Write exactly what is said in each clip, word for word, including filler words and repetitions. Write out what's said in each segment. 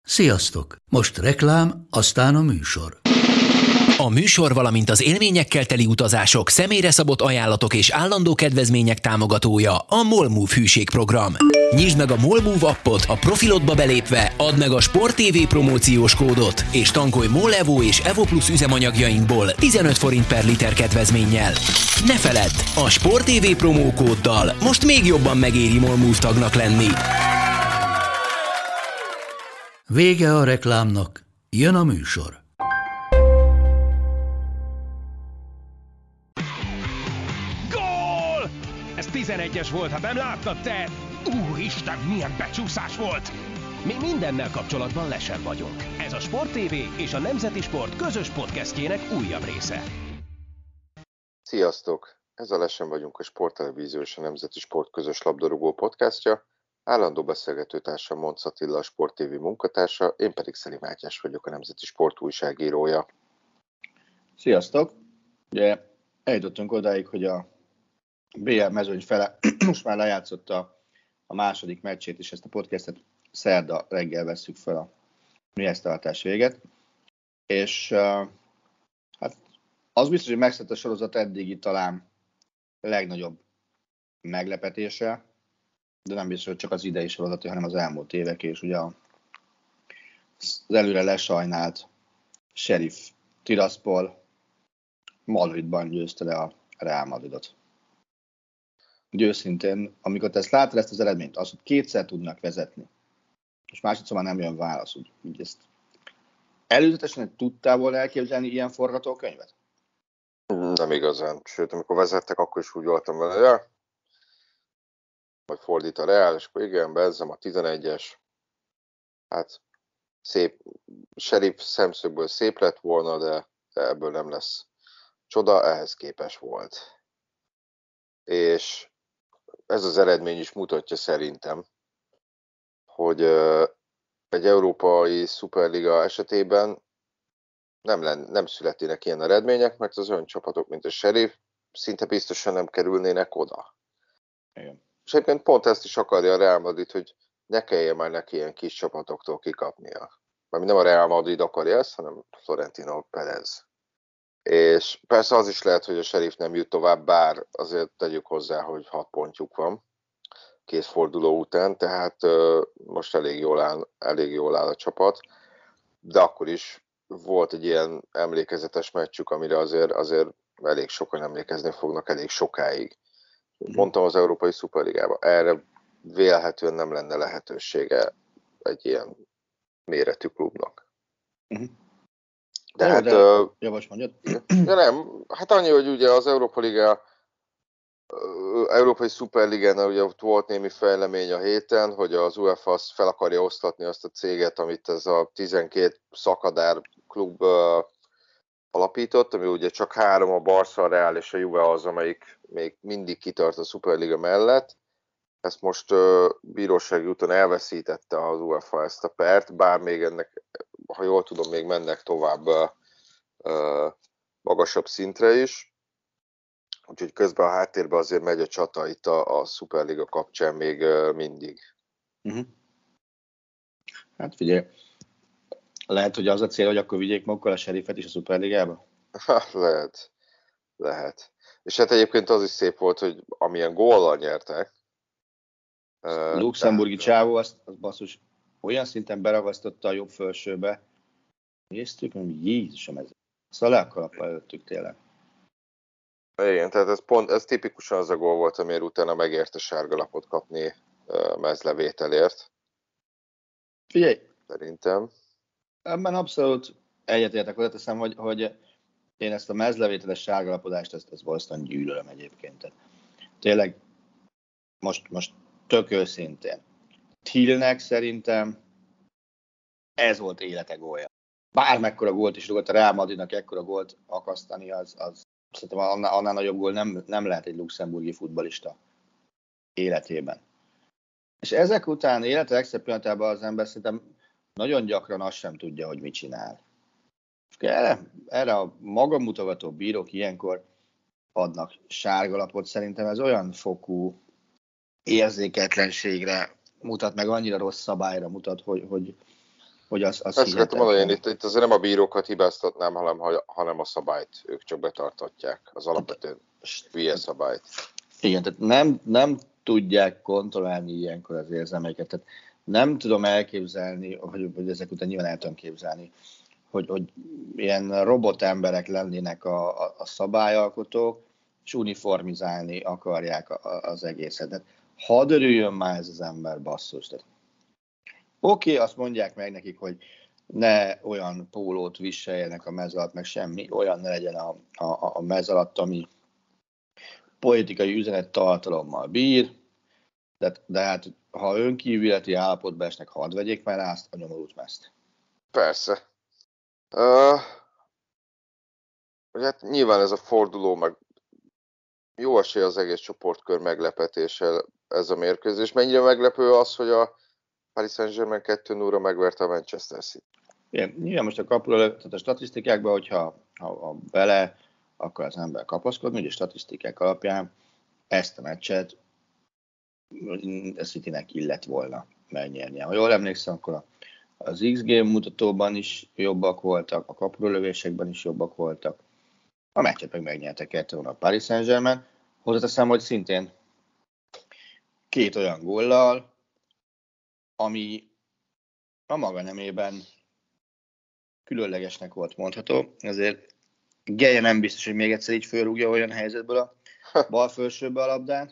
Sziasztok! Most reklám, aztán a műsor. A műsor, valamint az élményekkel teli utazások, személyre szabott ajánlatok és állandó kedvezmények támogatója a MOLMOVE hűségprogram. Nyisd meg a MOLMOVE appot, a profilodba belépve add meg a Sport té vé promóciós kódot, és tankolj MOL Evo és Evo Plus üzemanyagjainkból tizenöt forint per liter kedvezménnyel. Ne feledd, a Sport té vé promókóddal most még jobban megéri MOLMOVE tagnak lenni. Vége a reklámnak, jön a műsor. Gól! Ez tizenegyes volt, ha nem láttad te! Úristen, milyen becsúszás volt! Mi mindennel kapcsolatban lesen vagyunk. Ez a Sport té vé és a Nemzeti Sport közös podcastjének újabb része. Sziasztok! Ez a Lesen vagyunk, a Sporttelevízió és a Nemzeti Sport közös labdarúgó podcastja. Állandó beszélgetőtársam Monc Attila, a Sport té vé munkatársa, én pedig Szeli Mátyás vagyok, a Nemzeti Sport újságírója. Sziasztok! Ugye eljutottunk odáig, hogy a bé el mezőny fele most már lejátszotta a második meccsét, és ezt a podcastet szerda reggel vesszük fel a műhelytartás véget. És uh, hát az biztos, hogy megszett a sorozat eddigi talán legnagyobb meglepetése, de nem biztos, hogy csak az idei sorozat, hanem az elmúlt évek, és ugye az előre lesajnált Sheriff Tiraspol Madridban győzte le a Real Madridot. Ugye őszintén, amikor te ezt látod, ezt az eredményt, az, hogy kétszer tudnak vezetni, és másodszor már nem jön válasz, úgy, úgy ezt előzetesen tudtál volna elképzelni ilyen forgatókönyvet? Nem igazán, sőt, amikor vezettek, akkor is úgy voltam vele, ja, majd fordít a Real, és akkor igen, bezzem a tizenegyes, hát szép, Sheriff szemszögből szép lett volna, de, de ebből nem lesz csoda, ehhez képes volt. És ez az eredmény is mutatja szerintem, hogy egy európai szuperliga esetében nem, len, nem születnének ilyen eredmények, mert az olyan csapatok, mint a Sheriff, szinte biztosan nem kerülnének oda. Igen. És egyébként pont ezt is akarja a Real Madrid, hogy ne kelljen már neki ilyen kis csapatoktól kikapnia. Mert nem a Real Madrid akarja ezt, hanem Florentino Perez. És persze az is lehet, hogy a Sheriff nem jut tovább, bár azért tegyük hozzá, hogy hat pontjuk van két forduló után, tehát uh, most elég jól, áll, elég jól áll a csapat, de akkor is volt egy ilyen emlékezetes meccsük, amire azért, azért elég sokan emlékezni fognak elég sokáig. Mondtam az Európai Szuperligában, erre vélhetően nem lenne lehetősége egy ilyen méretű klubnak. Uh-huh. De jó, hát... De, uh, javas mondjad. De nem, hát annyi, hogy ugye az Európa Liga, uh, Európai Szuperligánál ugye volt némi fejlemény a héten, hogy az UEFA fel akarja osztatni azt a céget, amit ez a tizenkét szakadár klub uh, alapított, ami ugye csak három, a Barca, a Real és a Juve az, amelyik még mindig kitart a Szuperliga mellett. Ezt most uh, bírósági úton elveszítette az UEFA ezt a pert, bár még ennek, ha jól tudom, még mennek tovább uh, uh, magasabb szintre is. Úgyhogy közben a háttérben azért megy a csata itt a, a Szuperliga kapcsán még uh, mindig. Uh-huh. Hát figyelj, lehet, hogy az a cél, hogy akkor vigyék magukkal a Sheriffet is a Szuperligába? lehet, lehet. És hát egyébként az is szép volt, hogy amilyen góllal nyertek. Luxemburgi tehát... csávó, azt, azt basszus, olyan szinten beragasztotta a jobb felsőbe. Néztük, hogy Jézusom, ez szalákkalappal előttük tényleg. Igen, tehát ez, pont, ez tipikusan az a gól volt, amiért utána megérte sárgalapot kapni uh, mezlevételért. Figyelj! Szerintem. Ebben abszolút egyetértek, oda teszem, hogy, hogy én ezt a mezlevételes sárgalapodást, ezt, ezt valószínűleg gyűlölöm egyébként. Tehát, tényleg, most, most tök őszintén. Thielnek szerintem ez volt élete gólja. Bármekkora gólt is rúgott, a Real Madridnak ekkora gólt akasztani, az, az szerintem annál, annál nagyobb gól nem, nem lehet egy luxemburgi futballista életében. És ezek után élete legszebb pillanatában az ember szerintem nagyon gyakran azt sem tudja, hogy mit csinál. Erre, erre a magamutogató bírók ilyenkor adnak sárgalapot. Szerintem ez olyan fokú érzéketlenségre mutat, meg annyira rossz szabályra mutat, hogy, hogy hogy az, az Ezt akartam mondani, én itt, hihetetlen. itt azért nem a bírókat hibáztatnám, hanem, hanem a szabályt. Ők csak betartatják az alapvetően hülye szabályt. Igen, tehát nem, nem tudják kontrollálni ilyenkor az érzelmeiket. Tehát nem tudom elképzelni, hogy, hogy ezek után nyilván el tudom képzelni, hogy, hogy ilyen robotemberek lennének a, a, a szabályalkotók, és uniformizálni akarják a, a, az egészet. Tehát hadd örüljön már ez az ember, basszus. Tehát, oké, azt mondják meg nekik, hogy ne olyan pólót viseljenek a mez alatt, meg semmi, olyan ne legyen a, a, a mez alatt, ami politikai üzenet tartalommal bír, de, de hát ha önkívületi állapotba esnek, hadd vegyék már rá azt a nyomorult mezt. Persze. Uh, hát nyilván ez a forduló, meg jó esély az egész csoportkör meglepetése ez a mérkőzés. Mennyire meglepő az, hogy a Paris Saint-Germain kettő nulla megverte a Manchester City? Igen, nyilván most a kapura, tehát a statisztikákban, hogyha ha, ha bele akar az ember kapaszkodni, ugye statisztikák alapján ezt a meccset a Citynek illett volna megnyernie. Ha jól emlékszem, akkor az X-Game mutatóban is jobbak voltak, a kapuralövésekben is jobbak voltak. A meccset meg megnyerte kettő nulla a Paris Saint-Germain. Hozzáteszem, hogy szintén két olyan góllal, ami a maga nemében különlegesnek volt mondható. Ezért Geje nem biztos, hogy még egyszer így fölrúgja olyan helyzetből a bal felsőbe a labdát.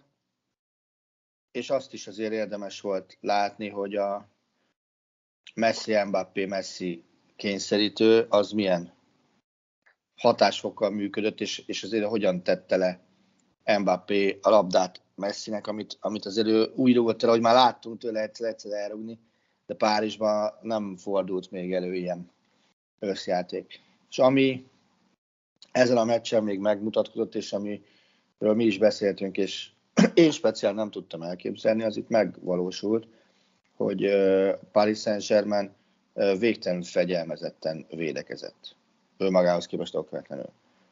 És azt is azért érdemes volt látni, hogy a Messi-Mbappé Messi kényszerítő az milyen hatásfokkal működött, és, és azért hogyan tette le Mbappé a labdát Messinek, amit, amit azért ő úgy rúgott el, hogy már láttunk tőle egyszer-egyszer elrúgni, de Párizsban nem fordult még elő ilyen összjáték. És ami ezen a meccsen még megmutatkozott, és amiről mi is beszéltünk, és én speciál nem tudtam elképzelni, az itt megvalósult, hogy Paris Saint-Germain végtelenül fegyelmezetten védekezett. Ő magához képest okvetlenül.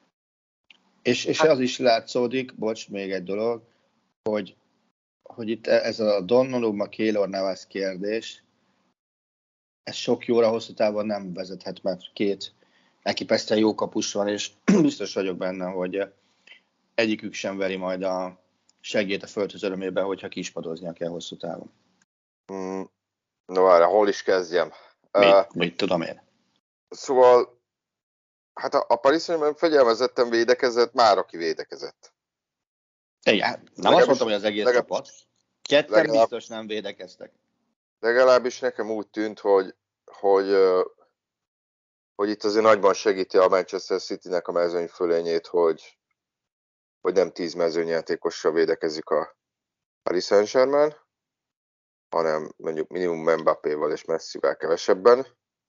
És, és az is látszódik, bocs, még egy dolog, hogy, hogy itt ez a Donnarumma Keylor Navas kérdés, ez sok jóra hosszú távon nem vezethet, mert két elképesztően jó kapus van, és biztos vagyok benne, hogy egyikük sem veri majd a segélyt a földhöz örömébe, hogyha kispadoznia kell hosszú távon. Mm, no várj, hol is kezdjem? Mit, Uh, mit tudom én? Szóval, hát a, a Paris Saint-Germain fegyelmezetten védekezett, már aki védekezett. Igen, nem legalábbis, azt mondtam, hogy az egész legalább, csapat. Ketten legalább, biztos nem védekeztek. Legalábbis nekem úgy tűnt, hogy, hogy, hogy itt azért nagyban segíti a Manchester Citynek a mezőnyfölényét, hogy, hogy nem tíz mezőnyjátékossal védekezik a Paris Saint-Germain, hanem mondjuk minimum Mbappéval és Messivel kevesebben.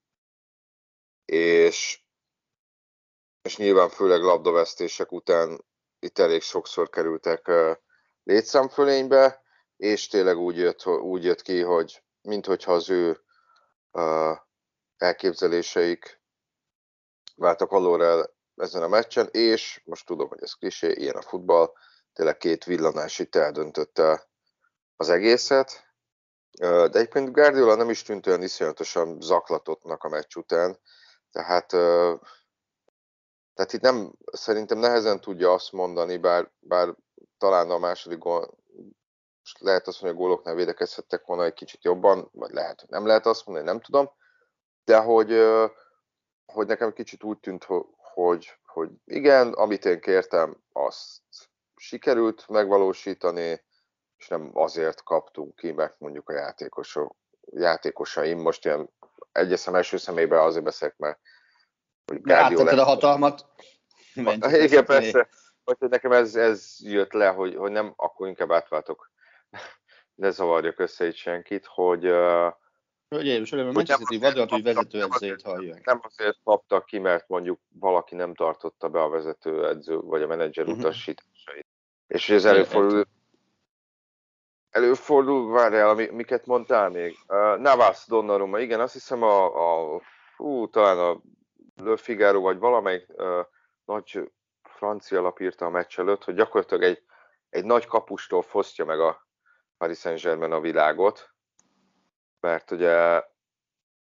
És, és nyilván főleg labdavesztések után itt elég sokszor kerültek létszámfölénybe, és tényleg úgy jött, úgy jött ki, hogy minthogyha az ő uh, elképzeléseik váltak valóra ezen a meccsen, és most tudom, hogy ez klisé, ilyen a futball, tényleg két villanás itt eldöntötte az egészet. Uh, de egyébként Guardiola nem is tűnt olyan iszonyatosan zaklatottnak a meccs után, tehát, uh, tehát itt nem, szerintem nehezen tudja azt mondani, bár, bár talán a második gól, lehet azt mondani, hogy a góloknál védekezhettek volna egy kicsit jobban, vagy lehet, hogy nem lehet azt mondani, nem tudom, de hogy, hogy nekem kicsit úgy tűnt, hogy, hogy igen, amit én kértem, azt sikerült megvalósítani, és nem azért kaptunk ki, mert mondjuk a játékosok, játékosaim, most ilyen egyeszem első személyben azért beszélek, mert hogy Áttetted a hatalmat. Igen, persze. Hogy nekem ez, ez jött le, hogy, hogy nem, akkor inkább átváltok. Ne zavarjak össze itt senkit, hogy... Hölgyeim és uraim, a Manchester City vadonatúj vezetőedzőjét halljuk. Nem azért kaptak ki, mert mondjuk valaki nem tartotta be a vezetőedző, vagy a menedzser uh-huh. utasításait. És hogy ez előfordul... Előfordul, várjál, miket mondtál még? Uh, Navas, Donnarumma, igen, azt hiszem a... a fú, talán a Le Figaro, vagy valamelyik uh, nagy francia lap írta a meccs előtt, hogy gyakorlatilag egy, egy nagy kapustól fosztja meg a Paris Saint-Germain a világot, mert ugye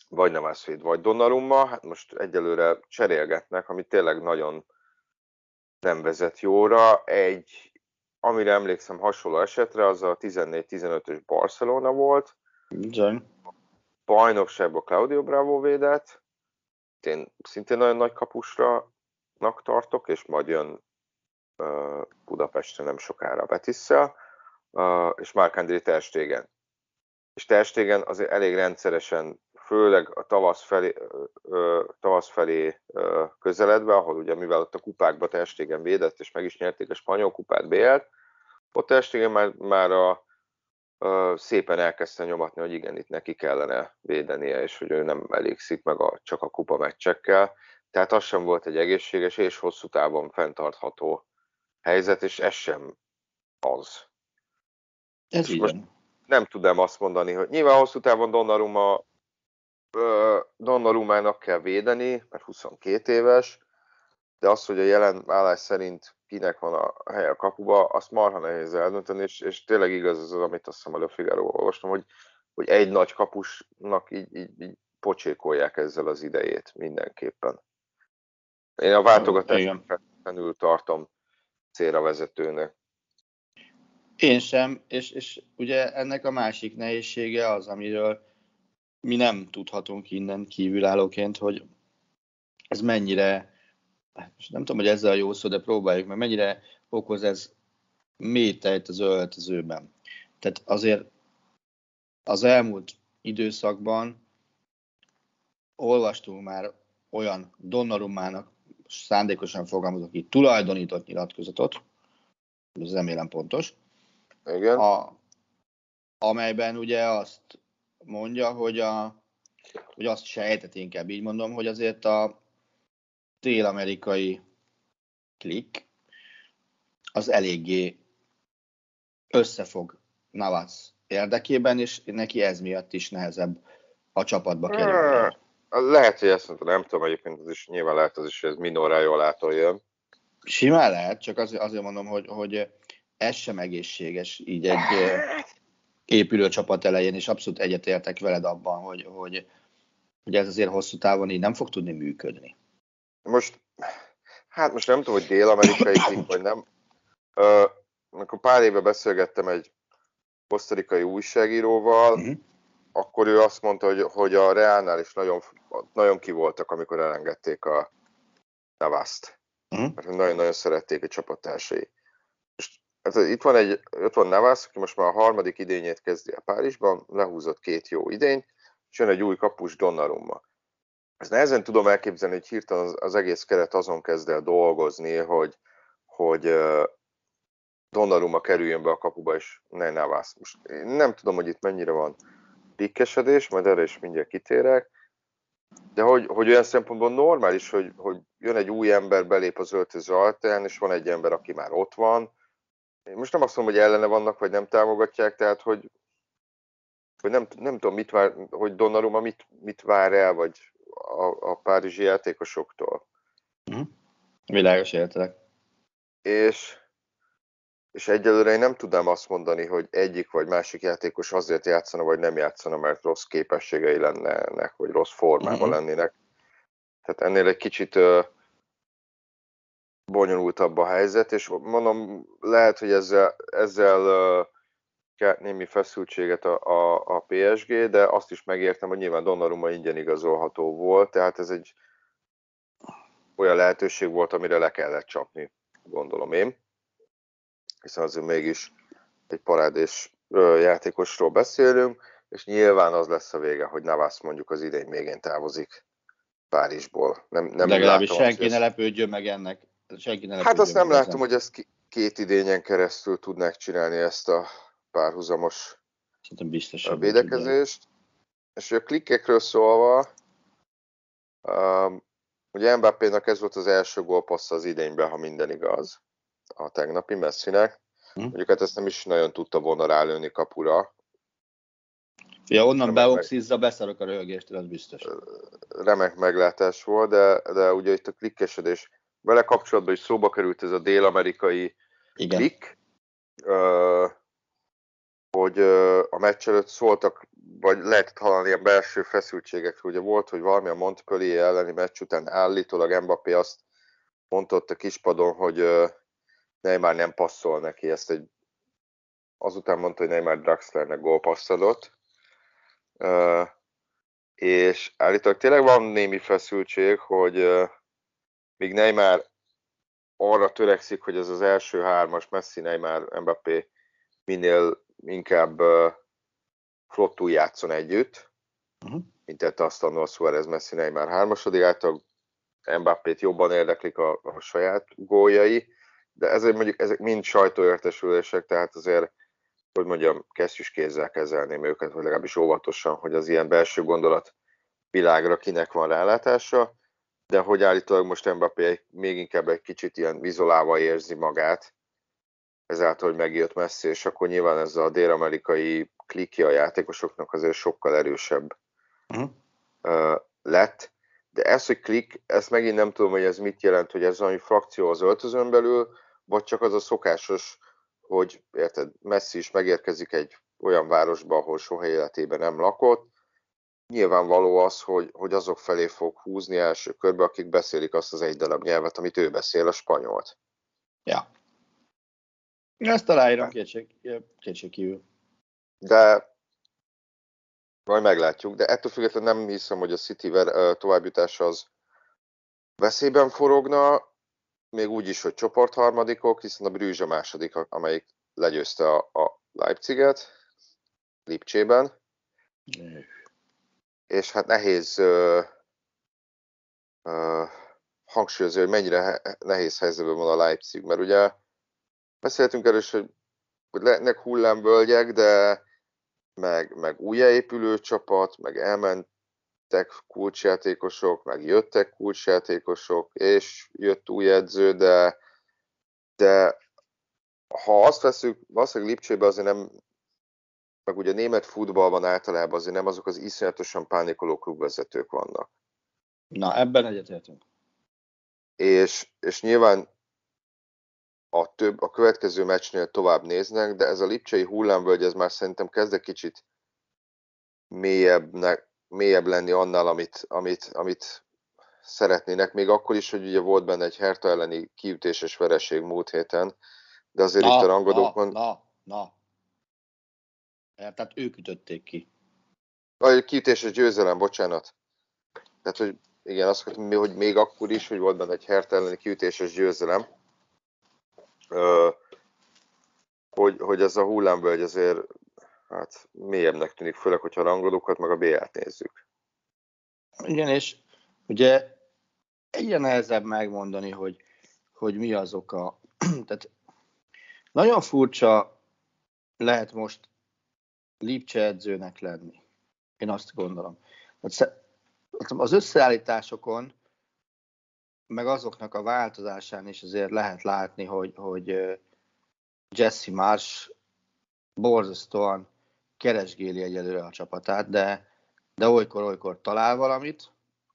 vagy Navas véd, vagy Donnarumma. Hát most egyelőre cserélgetnek, ami tényleg nagyon nem vezet jóra. Egy, amire emlékszem hasonló esetre, az a tizennégy tizenötös Barcelona volt. Bizony. Bajnokságban Claudio Bravo védett. Én szintén nagyon nagy kapusnak tartok, és majd jön uh, Budapestre nem sokára Betisszel, uh, és Marc-André ter Stegen. És ter Stegen azért elég rendszeresen, főleg a tavasz felé, uh, tavasz felé uh, közeledve, ahol ugye mivel ott a kupákba ter Stegen védett, és meg is nyerték a spanyol kupát bé el-t, ott ter Stegen már, már a, uh, szépen elkezdte nyomatni, hogy igen, itt neki kellene védenie, és hogy ő nem elégszik meg a, csak a kupa meccsekkel. Tehát az sem volt egy egészséges és hosszú távon fenntartható helyzet, és ez sem az. Ez így van. Nem tudom azt mondani, hogy nyilván hosszú távon Donnarumma, Donnarummának kell védeni, mert huszonkét éves, de az, hogy a jelen állás szerint kinek van a helye a kapuba, azt marha nehéz eldönteni, és, és tényleg igaz az, amit azt hiszem a Le Figaro-ból olvastam, hogy, hogy egy nagy kapusnak így, így, így pocsékolják ezzel az idejét mindenképpen. Én a váltogatást feltétlenül tartom célra vezetőnek. Én sem, és, és ugye ennek a másik nehézsége az, amiről mi nem tudhatunk innen kívülállóként, hogy ez mennyire, most nem tudom, hogy ezzel a jó szó, de próbáljuk meg, mennyire okoz ez mély tejt az öltözőben. Tehát azért az elmúlt időszakban olvastunk már olyan Donnarummának szándékosan fogalmazok így tulajdonított nyilatkozatot, ez remélem pontos, igen. A, amelyben ugye azt mondja, hogy, a, hogy azt sejtett, inkább így mondom, hogy azért a dél-amerikai klik az eléggé összefog Navas érdekében, és neki ez miatt is nehezebb a csapatba kerülni. Lehet, hogy ezt mondta, nem tudom, egyébként az is, nyilván lehet az is, hogy ez Mino Raiolától jön. Simán lehet, csak azért, azért mondom, hogy, hogy ez sem egészséges így egy épülő csapat elején, és abszolút egyetértek veled abban, hogy, hogy, hogy ez azért hosszú távon így nem fog tudni működni. Most, hát most nem tudom, hogy dél-amerikai klik, vagy nem. Uh, amikor pár éve beszélgettem egy kosztarikai újságíróval, uh-huh. akkor ő azt mondta, hogy, hogy a Realnál is nagyon, nagyon kivoltak, amikor elengedték a Navast. Uh-huh. Mert nagyon-nagyon szerették a csapattársai. Most, hát itt van egy, ott van Navas, aki most már a harmadik idényét kezdi a Párizsban, lehúzott két jó idényt, és jön egy új kapus Donnarumma. Ezt nehezen tudom elképzelni, hogy hirtelen az, az egész keret azon kezd el dolgozni, hogy, hogy uh, Donnarumma kerüljön be a kapuba, és ne Navas. Most én nem tudom, hogy itt mennyire van pikkesedés, majd erre is mindjárt kitérek, de hogy, hogy olyan szempontból normális, hogy, hogy jön egy új ember, belép az öltöző ajtaján, és van egy ember, aki már ott van. Én most nem azt mondom, hogy ellene vannak, vagy nem támogatják, tehát hogy, hogy nem, nem tudom, mit vár, hogy Donnarumma mit, mit vár el, vagy a, a párizsi játékosoktól. Mm. Világos értelek. És, és egyelőre én nem tudnám azt mondani, hogy egyik vagy másik játékos azért játszana, vagy nem játszana, mert rossz képességei lennének, vagy rossz formában mm-hmm. lennének. Tehát ennél egy kicsit uh, bonyolultabb a helyzet, és mondom, lehet, hogy ezzel, ezzel uh, kell némi feszültséget a, a, a pé es gé, de azt is megértem, hogy nyilván Donnarumma ingyen igazolható volt, tehát ez egy olyan lehetőség volt, amire le kellett csapni, gondolom én. Hiszen azért mégis egy parádés uh, játékosról beszélünk, és nyilván az lesz a vége, hogy Navas mondjuk az idény végén távozik Párizsból. Nem, nem legalábbis látom, senki ezt... ne lepődjön meg ennek. Senki ne hát azt nem látom, ezen. hogy ezt két idényen keresztül tudnák csinálni, ezt a párhuzamos védekezést. És a klikkekről szólva, um, ugye Mbappénak ez volt az első gólpassz az idényben, ha minden igaz, a tegnapi Messinek. Hm. Mondjuk hát ezt nem is nagyon tudta volna rálőni kapura. Ja, onnan beoxizza, beszarok a röhögéstől, az biztos. Remek meglátás volt, de, de ugye itt a klikkesedés vele kapcsolatban is szóba került ez a dél-amerikai klik, uh, hogy uh, a meccs előtt szóltak vagy lehet hallani ilyen belső feszültségekről. Ugye volt, hogy valami a Montpellier elleni meccs után állítólag Mbappé azt mondott a kispadon, hogy Neymar nem passzol neki. Ezt egy, azután mondta, hogy Neymar Draxlernek gólpaszt adott. És állítólag tényleg van némi feszültség, hogy míg Neymar arra törekszik, hogy ez az első hármas Messi, Neymar, Mbappé minél inkább flottul játszon együtt, uh-huh. mint tette azt annól Suárez, Messi, Neymar hármasodik, által Mbappét jobban érdeklik a, a saját góljai, de ezek mondjuk ezek mind sajtóértesülések, tehát azért, hogy mondjam, kesztyűs kézzel kezelném őket, vagy legalábbis óvatosan, hogy az ilyen belső gondolat világra kinek van rálátása, de hogy állítólag most Mbappé még inkább egy kicsit ilyen izolálva érzi magát, ezáltal, hogy megjött Messi, és akkor nyilván ez a dél-amerikai klikja a játékosoknak azért sokkal erősebb uh-huh. uh, lett. De ez, hogy klik, ezt megint nem tudom, hogy ez mit jelent, hogy ez valami frakció az öltözön belül, vagy csak az a szokásos, hogy érted, Messi is megérkezik egy olyan városba, ahol soha életében nem lakott. Nyilvánvaló az, hogy, hogy azok felé fog húzni első körbe, akik beszélik azt az egy darab nyelvet, amit ő beszél, a spanyolt. Ja. Ezt aláírom kétségkívül. De majd meglátjuk, de ettől függetlenül nem hiszem, hogy a City továbbjutása az veszélyben forogna, még úgy is, hogy csoportharmadikok, hiszen a Bruges a második, amelyik legyőzte a, a Leipziget, Lipcsében. Mm. És hát nehéz uh, uh, hangsúlyozni, hogy mennyire nehéz helyzetben van a Leipzig, mert ugye beszéltünk erről is, hogy lehetnek hullámvölgyek, de meg, meg újjáépülő csapat, meg elmentek kulcsjátékosok, meg jöttek kulcsjátékosok, és jött új edző, de, de ha azt veszünk, valószínűleg Lipcsében azért nem, meg ugye német futballban általában azért nem azok az iszonyatosan pánikoló klubvezetők vannak. Na, ebben egyetértünk. És, és nyilván a, több, a következő meccsnél tovább néznek, de ez a lipcsei hullámvölgy, ez már szerintem kezd egy kicsit mélyebbnek, mélyebb lenni annál, amit, amit, amit szeretnének. Még akkor is, hogy ugye volt benne egy Hertha elleni kiütéses vereség múlt héten, de azért na, itt a rangadókon... Na, na, na. Tehát ők ütötték ki. A kiütéses győzelem, bocsánat. Tehát, hogy igen, azt mondtam, hogy még akkor is, hogy volt benne egy Hertha elleni kiütéses győzelem, hogy, hogy ez a hullámvölgy azért hát mélyebbnek tűnik, főleg, hogyha a rangadókat meg a bé á-t nézzük. Igen, és ugye egyre nehezebb megmondani, hogy, hogy mi az oka. Tehát nagyon furcsa lehet most Lipcse edzőnek lenni. Én azt gondolom. Az összeállításokon, meg azoknak a változásán is azért lehet látni, hogy, hogy Jesse Marsch borzasztóan keresgéli egyelőre a csapatát, de, de olykor-olykor talál valamit,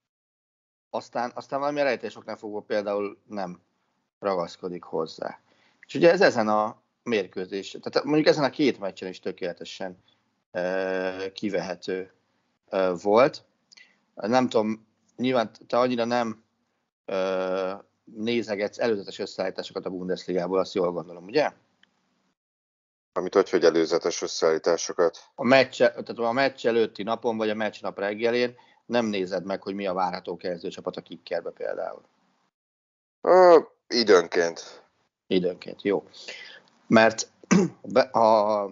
aztán, aztán valami rejtésoknál fogva például nem ragaszkodik hozzá. És ugye ez ezen a mérkőzés, tehát mondjuk ezen a két meccsen is tökéletesen e, kivehető e, volt. Nem tudom, nyilván te annyira nem e, nézegetsz előzetes összeállításokat a Bundesligából, azt jól gondolom, ugye? Amit hogy, hogy előzetes összeállításokat? A meccs, tehát a meccs előtti napon, vagy a meccs nap reggelén nem nézed meg, hogy mi a várható kezdőcsapat a kickerbe például. Uh, időnként. Időnként, jó. Mert ha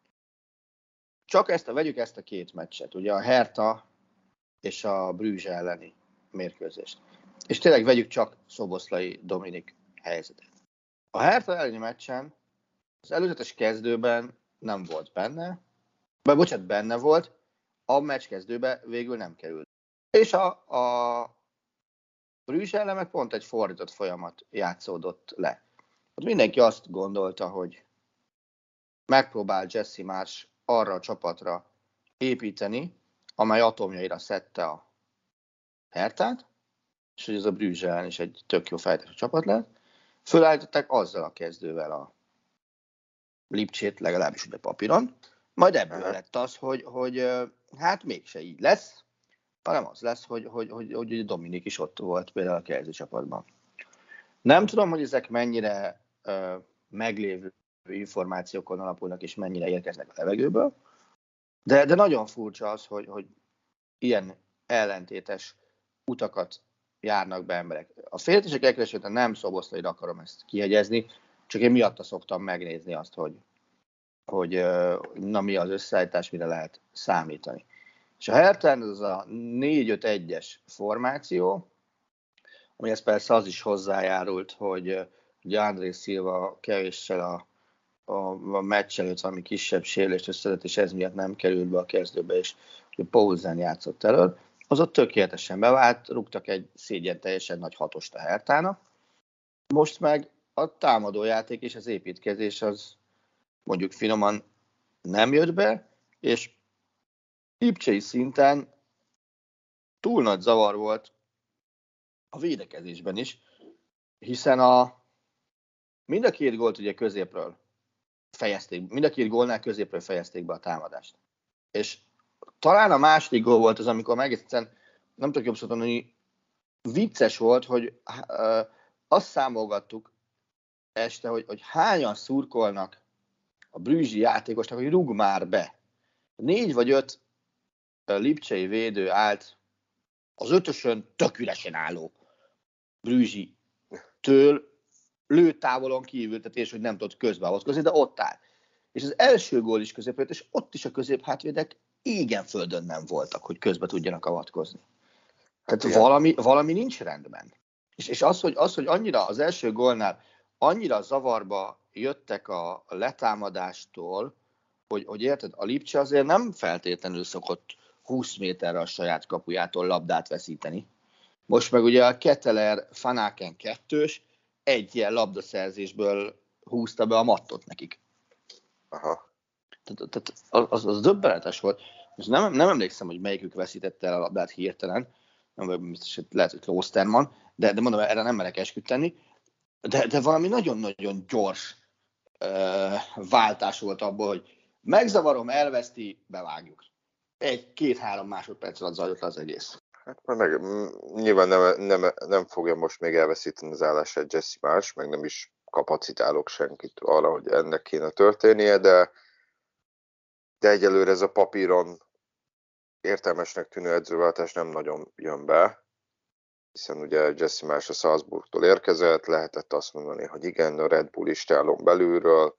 csak ezt, vegyük ezt a két meccset, ugye a Hertha és a Bruges elleni mérkőzést. És tényleg vegyük csak Szoboszlai Dominik helyzetét. A Hertha elleni meccsen az előzetes kezdőben nem volt benne, vagy bocsánat, benne volt, a meccs kezdőbe végül nem került. És a, a Bruges ellen meg pont egy fordított folyamat játszódott le. Ott mindenki azt gondolta, hogy megpróbál Jesse Marsch arra a csapatra építeni, amely atomjaira szedte a Herthát, és hogy ez a Bruges ellen is egy tök jó fejlesztő csapat lett. Fölállították azzal a kezdővel a Lipcsét, legalábbis ugye papíron, Majd ebből Aha. lett az, hogy, hogy hát mégse így lesz, hanem az lesz, hogy, hogy, hogy, hogy Dominik is ott volt például a kezdőcsapatban. Nem tudom, hogy ezek mennyire uh, meglévő információkon alapulnak, és mennyire érkeznek a levegőből, de, de nagyon furcsa az, hogy, hogy ilyen ellentétes utakat járnak be emberek. A féltések elkeresőten nem Szoboszlaira akarom ezt kihegyezni, csak én miatta szoktam megnézni azt, hogy, hogy na mi az összeállítás, mire lehet számítani. És a Hertán az a négy öt egyes formáció, amihez persze az is hozzájárult, hogy ugye André Silva kevéssel a, a, a meccs előtt valami kisebb sérülést összedett, és ez miatt nem került be a kezdőbe, és Poulsen játszott elől. Az ott tökéletesen bevált, rúgtak egy szégyen teljesen nagy hatost a Hertának. Most meg a támadójáték és az építkezés az mondjuk finoman nem jött be, és Lipcsei szinten túl nagy zavar volt a védekezésben is, hiszen a, mind a két gólt ugye középről fejezték, mind a két gólnál középről fejezték be a támadást. És talán a második gól volt az, amikor meg egyszerűen, nem tudok jobb szót mondani, vicces volt, hogy uh, azt számolgattuk este, hogy, hogy hányan szurkolnak a brüggei játékosnak, hogy rúg már be. Négy vagy öt uh, lipcsei védő állt az ötösön tök üresen álló Brüggei-től lőtávolon kívültetés, hogy nem tudott közbeavatkozni, de ott áll. És az első gól is középre jött, és ott is a középhátvédek égen földön nem voltak, hogy közbe tudjanak avatkozni. Tehát hát valami, valami nincs rendben. És, és az, hogy, az, hogy annyira az első gólnál annyira zavarba jöttek a letámadástól, hogy, hogy érted, a Lipcse azért nem feltétlenül szokott húsz méterre a saját kapujától labdát veszíteni. Most meg ugye a Ketteler Fanáken kettős egy ilyen labdaszerzésből húzta be a mattot nekik. Aha. Tehát, tehát az, az döbbenetes volt. Most nem, nem emlékszem, hogy melyikük veszítette el a labdát hirtelen, nem, lehet, hogy Klosterman, de, de mondom, erre nem merek esküt tenni, de, de valami nagyon-nagyon gyors uh, váltás volt abból, hogy megzavarom, elveszti, bevágjuk. Egy-két-három másodperc alatt zajlott az egész. Hát meg, nyilván nem, nem, nem fogja most még elveszíteni az állását Jesse Marsch, meg nem is kapacitálok senkit arra, hogy ennek kéne történnie, de, de egyelőre ez a papíron értelmesnek tűnő edzőváltás nem nagyon jön be, hiszen ugye Jesse Marsch a Salzburgtól érkezett, lehetett azt mondani, hogy igen, a Red Bull istálon belülről,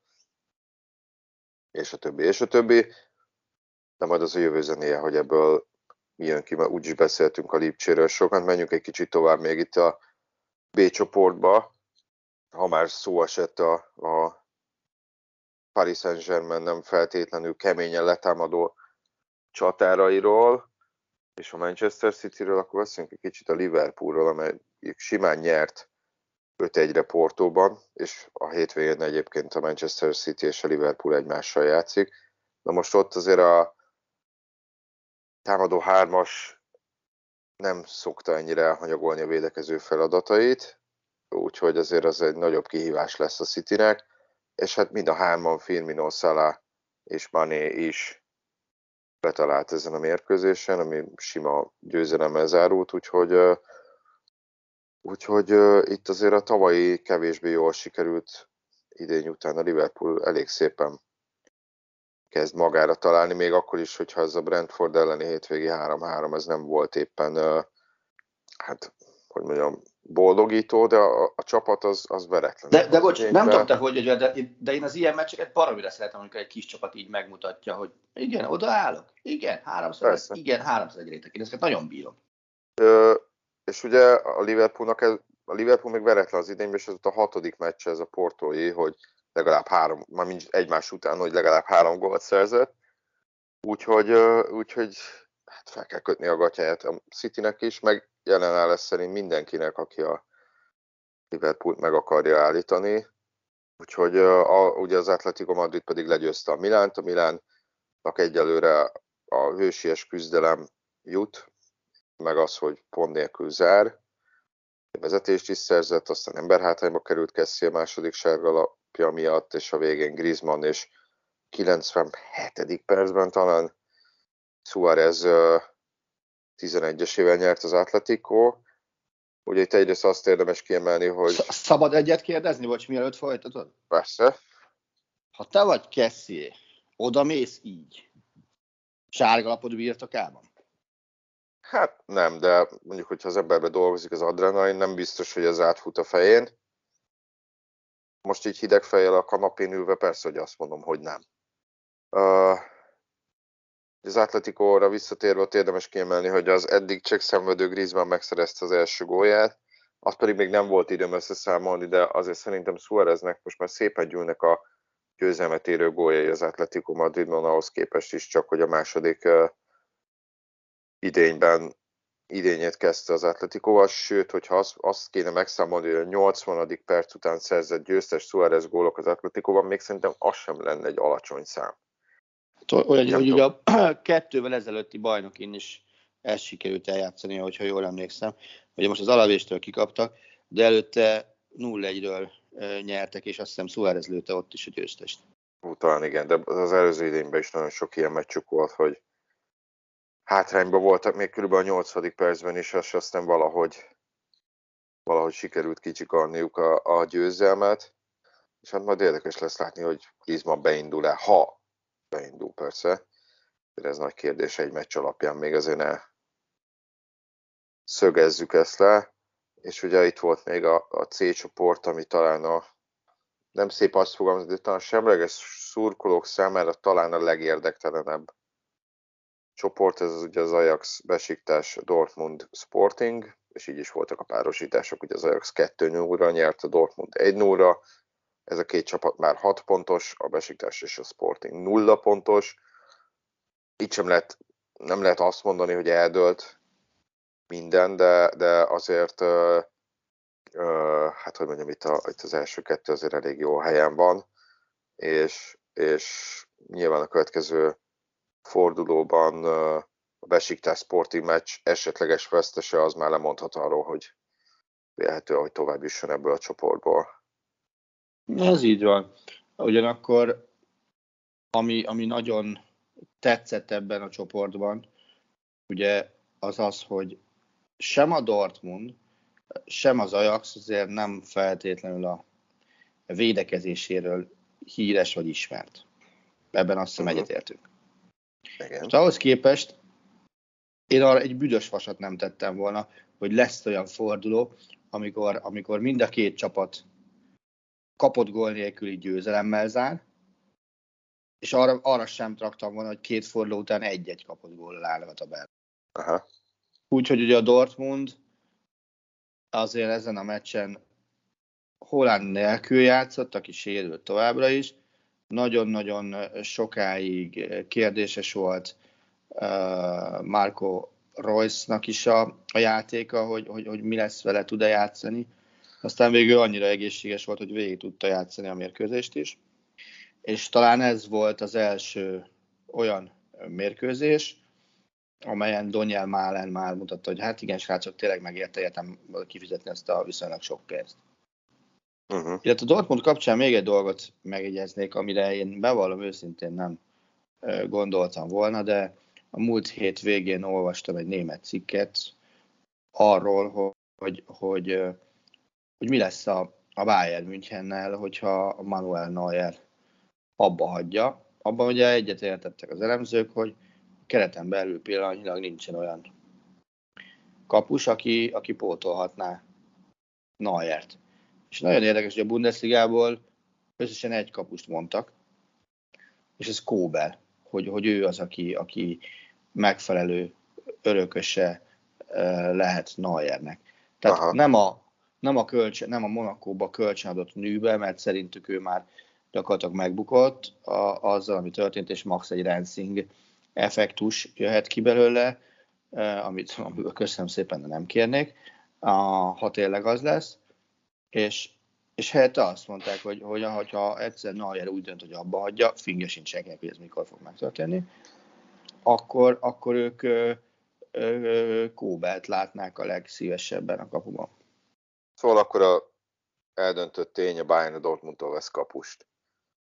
és a többi, és a többi, de majd az a jövő zenéje, hogy ebből jön ki, mert úgyis beszéltünk a Lipcséről sokat, menjünk egy kicsit tovább még itt a B csoportba, ha már szó esett a, a Paris Saint-Germain nem feltétlenül keményen letámadó csatárairól, és a Manchester Cityről, akkor beszéljünk egy kicsit a Liverpoolról, amely simán nyert öt egyre Portóban, és a hétvégén egyébként a Manchester City és a Liverpool egymással játszik. Na most ott azért a támadó hármas nem szokta ennyire elhanyagolni a védekező feladatait, úgyhogy azért az egy nagyobb kihívás lesz a Citynek, és hát mind a hárman, Firmino, Salah és Mané is betalált ezen a mérkőzésen, ami sima győzelemmel zárult, úgyhogy, úgyhogy itt azért a tavalyi kevésbé jól sikerült idény után a Liverpool elég szépen kezd magára találni, még akkor is, hogyha ez a Brentford elleni hétvégi három három, ez nem volt éppen, hát, hogy mondjam, boldogító, de a, a csapat az, az veretlen. De, de bocs, nem tudom te, hogy, de, de én az ilyen meccseket baromira szeretem, amikor egy kis csapat így megmutatja, hogy igen, odaállok, igen, háromszor, ez, igen, háromszor egy rétek. Én ezeket nagyon bírom. Ö, és ugye a Liverpoolnak, ez, a Liverpool még veretlen az idényben, és ez a hatodik meccs ez a portói, hogy legalább három, már mind egymás után, hogy legalább három gólt szerzett. Úgyhogy, úgyhogy hát fel kell kötni a gatyáját a Citynek is, meg jelen áll lesz szerint mindenkinek, aki a Liverpoolt meg akarja állítani. Úgyhogy a, ugye az Atletico Madrid pedig legyőzte a Milánt, a Milánnak egyelőre a hősies küzdelem jut, meg az, hogy pont nélkül zár. Vezetést is szerzett, aztán emberhátrányba került Kessie a második sárgalapja miatt, és a végén Griezmann és kilencvenhetedik percben talán Suárez tizenegyesével nyert az Atletico. Ugye itt egyrészt azt érdemes kiemelni, hogy... Szabad egyet kérdezni, vagy mielőtt folytatod? Persze. Ha te vagy Kessié, oda mész így, sárgalapod birtokában? Hát nem, de mondjuk, hogyha az emberbe dolgozik az adrenalin, nem biztos, hogy ez átfut a fején. Most így hideg fejjel a kanapén ülve persze, hogy azt mondom, hogy nem. Uh, az Atleticóra visszatérve ott érdemes kiemelni, hogy az eddig csak szenvedő Griezmann megszerezte az első gólját, azt pedig még nem volt időm összeszámolni, de azért szerintem Suáreznek most már szépen gyűlnek a győzelmet érő góljai az Atletico Madridban, ahhoz képest is, csak hogy a második uh, idényben idényét kezdte az Atleticóval, sőt, hogyha azt, azt kéne megszámolni, hogy a nyolcvanadik perc után szerzett győztes Suárez gólok az Atleticóban, még szerintem az sem lenne egy alacsony szám. Olyan, nem hogy ugye a kettővel ezelőtti bajnokin is ezt sikerült eljátszani, hogyha jól emlékszem. Ugye most az Alavéstől kikaptak, de előtte nulla egyről nyertek, és azt hiszem Suárez lőtte ott is a győztest. Hú, talán igen, de az előző idényben is nagyon sok ilyen meccsük volt, hogy hátrányban voltak még körülbelül a nyolcvadik percben is, és aztán valahogy, valahogy sikerült kicsikarniuk a, a győzelmet. És hát majd érdekes lesz látni, hogy Griezmann beindul-e, ha beindul persze. De ez nagy kérdés egy meccs alapján, még azért ne szögezzük ezt le. És ugye itt volt még a, a C csoport, ami talán a, nem szép azt fogalmazni, de talán semleges szurkolók számára talán a legérdektelenebb csoport, ez az ugye az Ajax, Besiktas, Dortmund, Sporting, és így is voltak a párosítások, ugye az Ajax kettő nullra nyert, a Dortmund egy nullra, ez a két csapat már hat pontos, a Besiktas és a Sporting nulla pontos. Itt sem lehet, nem lehet azt mondani, hogy eldőlt minden, de, de azért, uh, uh, hát hogy mondjam, itt, a, itt az első kettő azért elég jó helyen van, és, és nyilván a következő fordulóban uh, a Besiktas Sporting meccs esetleges vesztese az már lemondhat arról, hogy vélhető, hogy tovább jusson ebből a csoportból. Ez így van. Ugyanakkor, ami, ami nagyon tetszett ebben a csoportban, ugye az az, hogy sem a Dortmund, sem az Ajax azért nem feltétlenül a védekezéséről híres vagy ismert. Ebben azt hiszem uh-huh. egyetértünk. Igen. Most ahhoz képest én arra egy büdös vasat nem tettem volna, hogy lesz olyan forduló, amikor, amikor mind a két csapat kapott gól nélküli győzelemmel zár, és arra, arra sem traktam volna, hogy két forduló után egy-egy kapott góllal áll a tabellában. Úgyhogy ugye a Dortmund azért ezen a meccsen Haaland nélkül játszott, aki sérült továbbra is. Nagyon-nagyon sokáig kérdéses volt uh, Marco Reusnak is a, a játéka, hogy, hogy, hogy mi lesz vele, tud-e játszani. Aztán végül annyira egészséges volt, hogy végig tudta játszani a mérkőzést is. És talán ez volt az első olyan mérkőzés, amelyen Daniel Malen már mutatta, hogy hát igen, srácok, tényleg megérte értem kifizetni ezt a viszonylag sok pénzt. Uh-huh. Illetve a Dortmund kapcsán még egy dolgot megjegyeznék, amire én bevallom őszintén nem gondoltam volna, de a múlt hét végén olvastam egy német cikket arról, hogy, hogy, hogy, hogy mi lesz a, a Bayern Münchennel, hogyha Manuel Neuer abba hagyja. Abban ugye egyetértettek az elemzők, hogy kereten belül pillanatnyilag nincsen olyan kapus, aki, aki pótolhatná Neuert. És nagyon érdekes, hogy a Bundesligából összesen egy kapust mondtak, és ez Kobel, hogy, hogy ő az, aki, aki megfelelő örököse lehet Neuernek. Tehát nem a, nem a, kölcsön, nem a Monakóba kölcsönadott nőbe, mert szerintük ő már gyakorlatilag megbukott a, azzal, ami történt, és max egy Rensing effektus jöhet ki belőle, amit, amit köszönöm szépen, de nem kérnék, ha tényleg az lesz. És, és helyette azt mondták, hogy, hogy ha egyszer Neuer úgy dönt, hogy abba hagyja, fingja sincs senkinek, hogy ez mikor fog megtörténni, akkor, akkor ők ö, ö, Kóbelt látnák a legszívesebben a kapuban. Szóval akkor a eldöntött tény, a Bayern a Dortmundtól vesz kapust.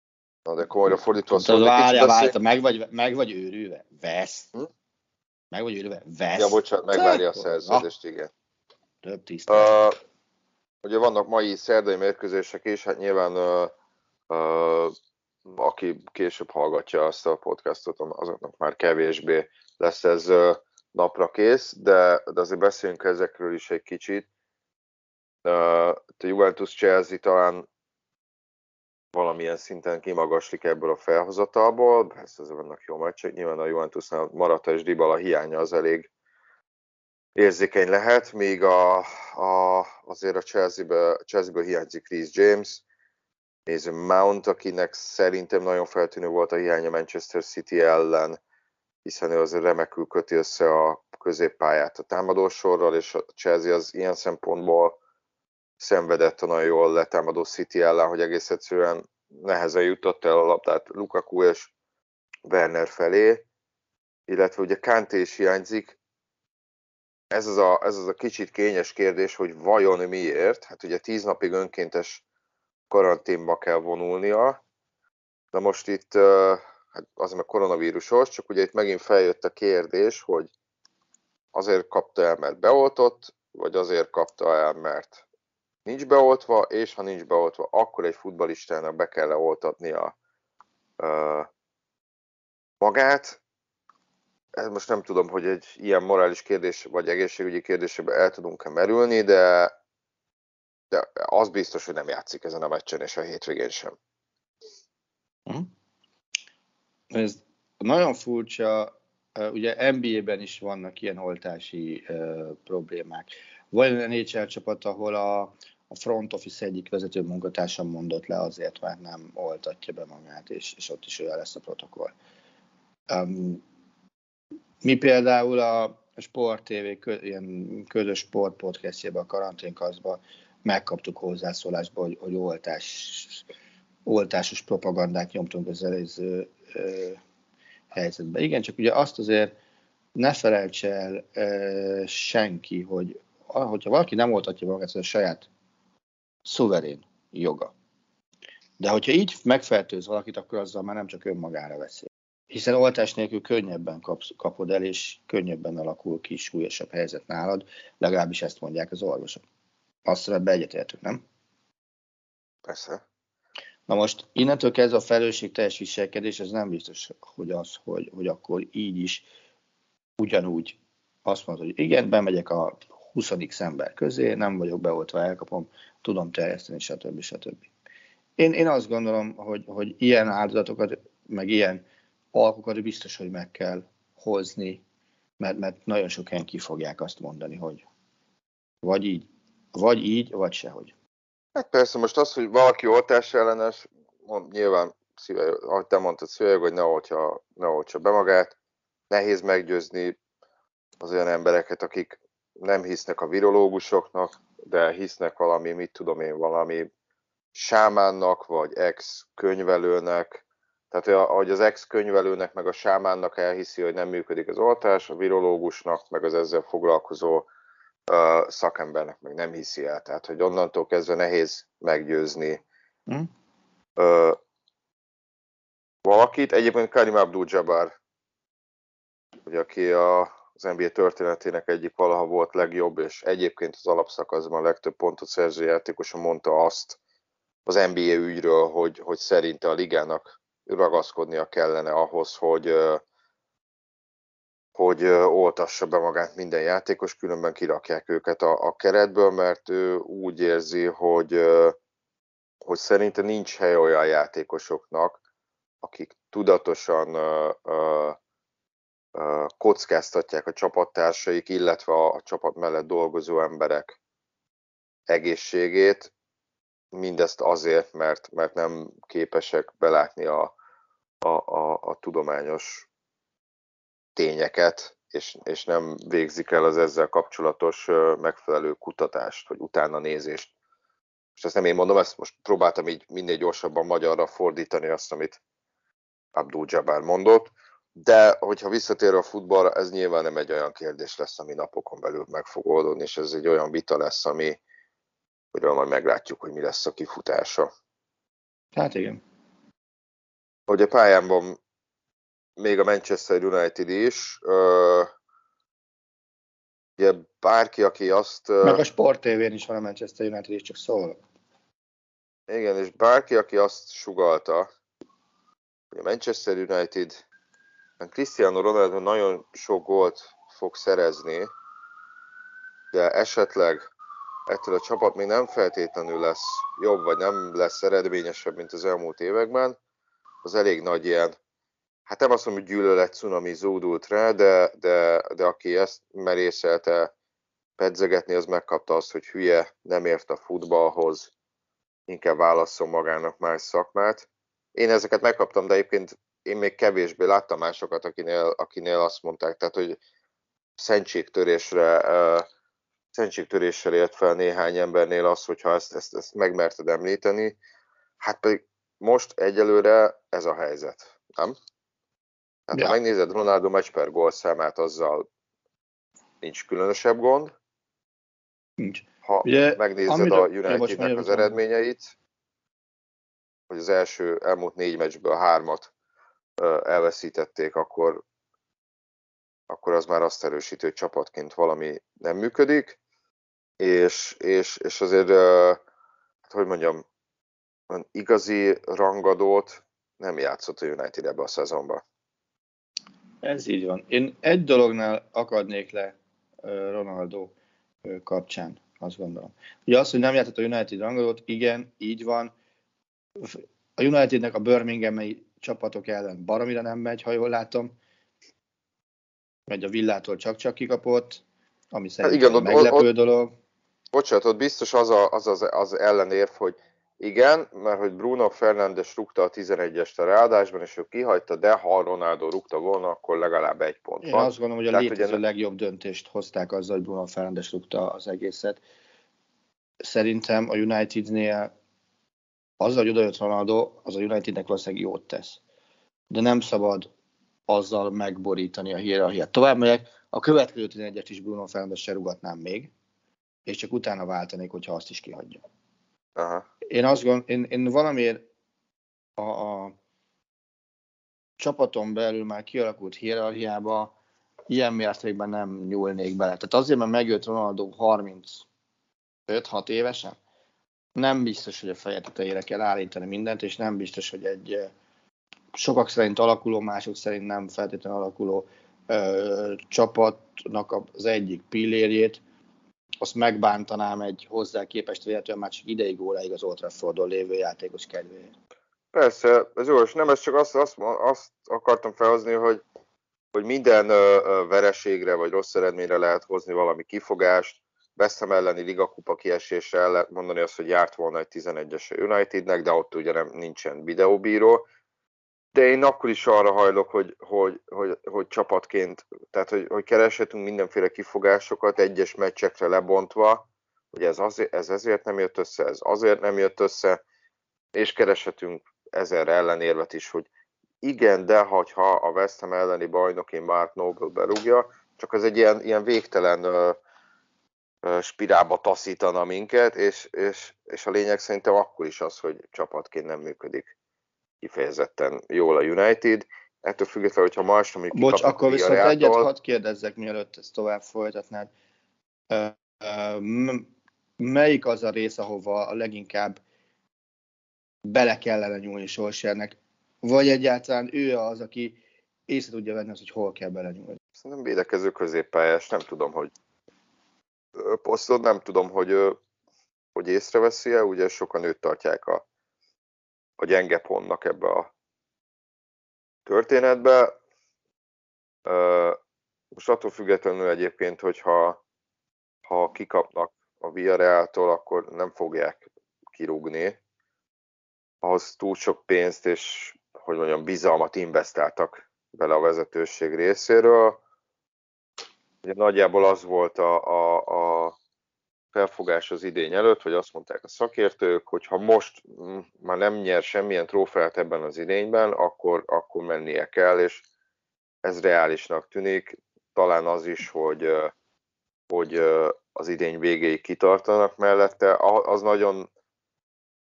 Na, de komolyra fordítva Tudod, szólni, várjál, kicsit várjál, meg vagy, meg vagy őrülve? Vesz. Hm? Meg vagy őrülve? Vesz. Ja, bocsánat, megvárja a Te- szerződést, igen. Több tisztelet. Uh, ugye vannak mai szerdai mérkőzések is, hát nyilván uh, uh, aki később hallgatja azt a podcastot, azoknak már kevésbé lesz ez uh, napra kész, de, de azért beszéljünk ezekről is egy kicsit. Uh, a Juventus-Chelsea talán valamilyen szinten kimagaslik ebből a felhozatalból, persze ezzel vannak jó meccsek, nyilván a Juventusnál Morata és Dybala hiánya az elég érzékeny lehet, míg a, a, azért a Chelsea-ből, Chelsea-ből hiányzik Reece James, Mason Mount, akinek szerintem nagyon feltűnő volt a hiánya Manchester City ellen, hiszen ő azért remekül köti össze a középpályát a támadósorral, és a Chelsea az ilyen szempontból szenvedett a nagyon jól letámadó City ellen, hogy egész egyszerűen nehezen jutott el a labdát Lukaku és Werner felé, illetve ugye Kanté is hiányzik. Ez az, a, ez az a kicsit kényes kérdés, hogy vajon miért? Hát ugye tíz napig önkéntes karanténba kell vonulnia, de most itt hát az meg koronavírusos, csak ugye itt megint feljött a kérdés, hogy azért kapta el, mert beoltott, vagy azért kapta el, mert nincs beoltva, és ha nincs beoltva, akkor egy futballistának be kell leoltatnia uh, magát. Ez most nem tudom, hogy egy ilyen morális kérdés, vagy egészségügyi kérdésebe el tudunk-e merülni, de, de az biztos, hogy nem játszik ezen a meccsen, és a hétvégén sem. Ez nagyon furcsa, ugye en bé á-ben is vannak ilyen oltási uh, problémák. Van olyan en há el csapat, ahol a, a front office egyik vezető munkatársa mondott le azért, mert nem oltatja be magát, és, és ott is olyan lesz a protokoll. Um, mi például a Sport té vé kö, ilyen közös sport podcastjében, a karanténkaszban megkaptuk hozzászólásba, hogy, hogy oltás, oltásos propagandát nyomtunk az előző ö, helyzetben. Igen, csak ugye azt azért ne felejtse el ö, senki, hogy hogyha valaki nem oltatja magát, ez a saját szuverén joga. De hogyha így megfertőz valakit, akkor azzal már nem csak önmagára veszi. Hiszen oltás nélkül könnyebben kapsz, kapod el, és könnyebben alakul ki súlyosabb helyzet nálad, legalábbis ezt mondják az orvosok. Azt ebbe egyetértünk, nem? Persze. Na most innentől kezdve a felelősségteljes viselkedés, ez nem biztos, hogy az, hogy, hogy akkor így is ugyanúgy azt mondod, hogy igen, bemegyek a huszadik ember közé, nem vagyok beoltva, elkapom, tudom terjeszteni, stb. stb. Én, én azt gondolom, hogy, hogy ilyen áldozatokat, meg ilyen alkokat biztos, hogy meg kell hozni, mert, mert nagyon sok helyen ki fogják azt mondani, hogy vagy így, vagy így, vagy sehogy. Hát persze, most az, hogy valaki oltás ellenes, mond, nyilván, szíve, ahogy te mondtad, szíveg, hogy ne oltja, ne oltsa be magát. Nehéz meggyőzni az olyan embereket, akik nem hisznek a virológusoknak, de hisznek valami, mit tudom én, valami sámánnak, vagy ex-könyvelőnek. Tehát, ahogy az ex-könyvelőnek, meg a sámánnak elhiszi, hogy nem működik az oltás, a virológusnak, meg az ezzel foglalkozó uh, szakembernek meg nem hiszi el. Tehát, hogy onnantól kezdve nehéz meggyőzni mm. uh, valakit. Egyébként Karim Abdul-Jabbar, ugye, aki a, az en bé á történetének egyik valaha volt legjobb, és egyébként az alapszakaszban a legtöbb pontot szerző játékosa mondta azt az en bé á ügyről, hogy, hogy szerinte a ligának ragaszkodnia kellene ahhoz, hogy, hogy oltassa be magát minden játékos, különben kirakják őket a, a keretből, mert ő úgy érzi, hogy, hogy szerinte nincs hely olyan játékosoknak, akik tudatosan uh, uh, uh, kockáztatják a csapattársaik, illetve a, a csapat mellett dolgozó emberek egészségét, mindezt azért, mert, mert nem képesek belátni a, a, a, a tudományos tényeket, és, és nem végzik el az ezzel kapcsolatos megfelelő kutatást, vagy utána nézést. És ezt nem én mondom, ezt most próbáltam így minél gyorsabban magyarra fordítani azt, amit Abdul-Jabbar mondott, de hogyha visszatér a futballra, ez nyilván nem egy olyan kérdés lesz, ami napokon belül meg fog oldódni, és ez egy olyan vita lesz, ami amiről majd meglátjuk, hogy mi lesz a kifutása. Hát igen. hogy a pályámban még a Manchester United is, uh, ugye bárki, aki azt... Uh, Meg a Sport té vén is van a Manchester United, és csak szól. Igen, és bárki, aki azt sugallta, hogy a Manchester United Cristiano Ronaldo nagyon sok gólt fog szerezni, de esetleg ettől a csapat még nem feltétlenül lesz jobb, vagy nem lesz eredményesebb, mint az elmúlt években, az elég nagy ilyen, hát nem azt mondom, hogy gyűlölet cunami zúdult rá, de, de, de aki ezt merészelte pedzegetni, az megkapta azt, hogy hülye, nem ért a futballhoz, inkább válasszon magának más szakmát. Én ezeket megkaptam, de egyébként én még kevésbé láttam másokat, akinél, akinél azt mondták, tehát, hogy szentségtörésre, uh, szentségtöréssel ért fel néhány embernél az, hogyha ezt, ezt, ezt megmerted említeni, hát pedig most egyelőre ez a helyzet, nem? Hát ja. Ha megnézed Ronaldo meccs per gól számát, azzal nincs különösebb gond. Nincs. Ha Ugye, megnézed amiről, a Unitednek ja, az eredményeit, hogy az első elmúlt négy meccsből hármat elveszítették, akkor, akkor az már azt erősíti, hogy csapatként valami nem működik, és, és, és azért, hát hogy mondjam, igazi rangadót nem játszott a United ebbe a szezonban. Ez így van. Én egy dolognál akadnék le Ronaldo kapcsán, azt gondolom. Ugye az, hogy nem játszott a United rangadót, igen, így van. A Unitednek a Birmingham-i csapatok ellen baromira nem megy, ha jól látom. Megy a Villától csak-csak kikapott, ami szerintem hát igen, meglepő ott, dolog. Bocsánat, ott biztos az, a, az, az az ellenérv, hogy igen, mert hogy Bruno Fernandes rúgta a tizenegyest a ráadásban, és ő kihagyta, de ha Ronaldo rúgta volna, akkor legalább egy pont Én van. Én azt gondolom, hogy a Tehát, létező ugye... legjobb döntést hozták azzal, hogy Bruno Fernandes rúgta az egészet. Szerintem a Unitednél azzal, hogy odajött Ronaldo, az a Unitednek valószínűleg jót tesz. De nem szabad azzal megborítani a hierarchiát. Tovább megyek, a következő tizenegyest is Bruno Fernandes se rúgatnám még, és csak utána váltanék, hogyha azt is kihagyja. Aha. Én azt gondolom, én, én valamiért a, a csapaton belül már kialakult hierarchiába ilyen mértékben nem nyúlnék bele. Tehát azért, mert megjött Ronaldo harmincöt-hat évesen, nem biztos, hogy a feje tetejére kell állítani mindent, és nem biztos, hogy egy sokak szerint alakuló, mások szerint nem feltétlenül alakuló ö, csapatnak az egyik pillérjét, azt megbántanám egy hozzá képest véletlenül már csak ideig óráig az Old Traffordon lévő játékos kedvéért. Persze, ez jó, és nem, ez csak azt, azt, azt akartam felhozni, hogy, hogy minden ö, ö, vereségre vagy rossz eredményre lehet hozni valami kifogást. West Ham elleni ligakupa kiesésre el lehet mondani azt, hogy járt volna egy tizenegyes a Unitednek, de ott ugye nem, nincsen videóbíró. De én akkor is arra hajlok, hogy, hogy, hogy, hogy csapatként, tehát hogy, hogy kereshetünk mindenféle kifogásokat egyes meccsekre lebontva, hogy ez, azért, ez ezért nem jött össze, ez azért nem jött össze, és kereshetünk ezer ellenérvet is, hogy igen, de ha a West Ham elleni bajnokin Mark Noble berúgja, csak az egy ilyen, ilyen végtelen uh, uh, spirálba taszítana minket, és, és, és a lényeg szerintem akkor is az, hogy csapatként nem működik kifejezetten jól a United. Ettől függetlenül, hogyha ma este mondjuk Bocs, akkor viszont egyet hadd kérdezzek, mielőtt ezt tovább folytatnád. Melyik az a rész, ahova a leginkább bele kellene nyúlni Solskjaernek? Vagy egyáltalán ő az, aki észre tudja venni azt, hogy hol kell belenyúlni? Szerintem védekező középpályás, nem tudom, hogy posztod, nem tudom, hogy, hogy észreveszi-e, ugye sokan őt tartják a a gyenge pontnak ebbe a történetbe. Most attól függetlenül egyébként, hogyha ha kikapnak a Villarrealtól, akkor nem fogják kirúgni. Ahhoz túl sok pénzt és, hogy mondjam, bizalmat investáltak bele a vezetőség részéről. Ugye nagyjából az volt a, a, a felfogás az idény előtt, hogy azt mondták a szakértők, hogy ha most már nem nyer semmilyen trófeát ebben az idényben, akkor, akkor mennie kell, és ez reálisnak tűnik. Talán az is, hogy, hogy az idény végéig kitartanak mellette. Az nagyon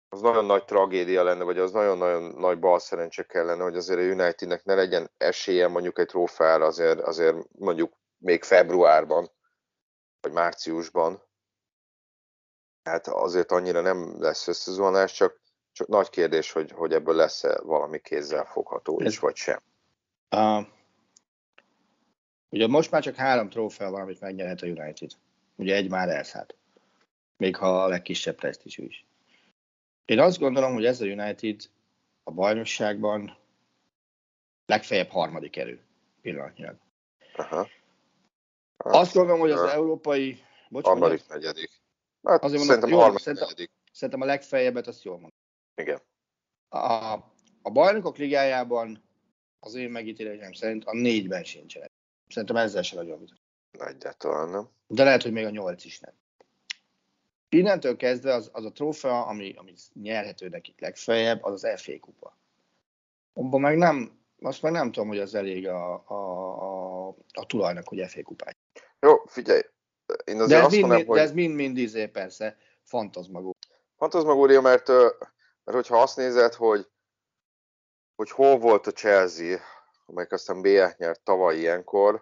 az nagyon nagy tragédia lenne, vagy az nagyon-nagyon nagy balszerencse kellene, hogy azért a Unitednek ne legyen esélye mondjuk egy trófeára azért, azért mondjuk még februárban, vagy márciusban. Hát azért annyira nem lesz összezuhanás, csak, csak nagy kérdés, hogy, hogy ebből lesz-e valami kézzel fogható is, vagy sem. Uh, ugye most már csak három trófea van, amit megnyerhet a United. Ugye egy már elszállt. Még ha a legkisebb presztízsű is. Én azt gondolom, hogy ez a United a bajnokságban legfeljebb harmadik erő pillanatnyilag. Aha. Hát, azt gondolom, hogy az uh, európai... Bocsánat, harmadik, negyedik. Hát azért szerintem mondom, harmadik, szerintem, negyedik. Szerintem a legfeljebbet azt jól mondom. Igen. A, a bajnokok ligájában az én megítélésem szerint a négyben sincsenek. Szerintem ezzel sem nagyon biztos. Egyáltalán nem. De lehet, hogy még a nyolc is nem. Innentől kezdve az, az a trófea, ami, ami nyerhető nekik legfeljebb, az az ef á kupa. Abban meg nem, azt meg nem tudom, hogy az elég a, a, a, a tulajnak, hogy ef á kupát. Jó, figyelj. Én azért de, ez azt mind, mondom, de ez mind-mind izé persze fantazmagória. Fantazmagória, mert, mert hogyha azt nézed, hogy, hogy hol volt a Chelsea, amelyik aztán bé el-t nyert tavaly ilyenkor,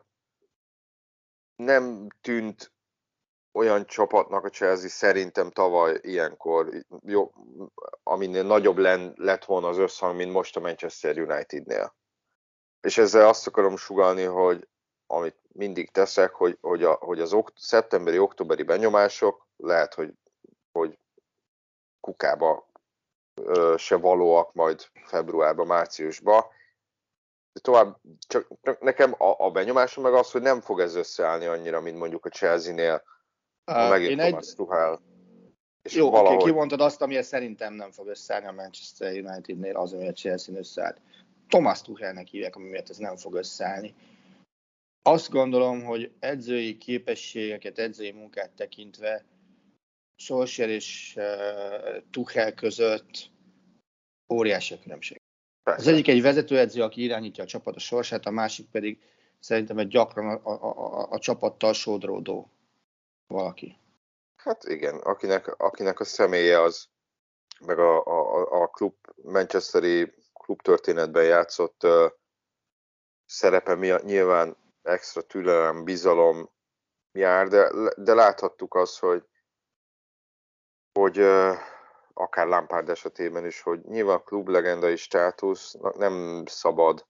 nem tűnt olyan csapatnak a Chelsea szerintem tavaly ilyenkor, jó, aminél nagyobb len, lett volna az összhang, mint most a Manchester Unitednél. És ezzel azt akarom sugallni, hogy amit mindig teszek, hogy, hogy, a, hogy az okt- szeptemberi-októberi benyomások lehet, hogy, hogy kukába ö, se valóak majd februárban, márciusban. De tovább, csak, csak nekem a, a benyomásom meg az, hogy nem fog ez összeállni annyira, mint mondjuk a Chelsea-nél, ha megint Thomas egy... Tuchel. És jó, valahogy... oké, kimondtad azt, amiért szerintem nem fog összeállni a Manchester Unitednél, az, ami a Chelsea-n összeállt. Thomas Tuchelnek hívják, ami miatt ez nem fog összeállni. Azt gondolom, hogy edzői képességeket, edzői munkát tekintve Solskjaer és uh, Tuchel között óriási a különbség. Persze. Az egyik egy vezetőedző, aki irányítja a csapat a sorsát, a másik pedig szerintem egy gyakran a, a, a, a csapattal sodródó valaki. Hát igen, akinek, akinek a személye az, meg a, a, a klub, Manchesteri klubtörténetben játszott uh, szerepe miatt nyilván extra türelem, bizalom jár, de, de láthattuk azt, hogy, hogy uh, akár Lampard esetében is, hogy nyilván klublegendai státusznak nem szabad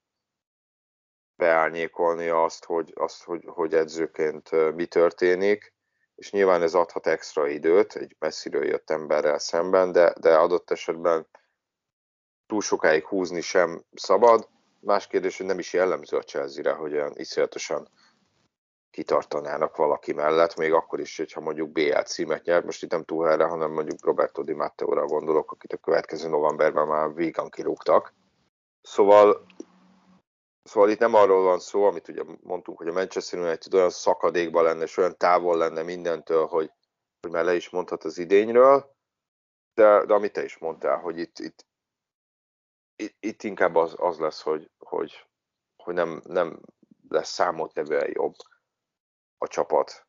beárnyékolni azt, hogy, azt, hogy, hogy edzőként uh, mi történik, és nyilván ez adhat extra időt egy messziről jött emberrel szemben, de, de adott esetben túl sokáig húzni sem szabad. Más kérdés, hogy nem is jellemző a Chelsea-re, hogy olyan iszonyatosan kitartanának valaki mellett, még akkor is, hogyha mondjuk bé el címet nyert. Most itt nem Tuchelre, hanem mondjuk Roberto Di Matteóra gondolok, akit a következő novemberben már vígan kirúgtak. Szóval, szóval itt nem arról van szó, amit ugye mondtunk, hogy a Manchester United olyan szakadékban lenne, és olyan távol lenne mindentől, hogy, hogy már le is mondhat az idényről, de, de amit te is mondtál, hogy itt, itt, itt, itt inkább az, az lesz, hogy, hogy, hogy nem, nem lesz számottevően jobb a csapat.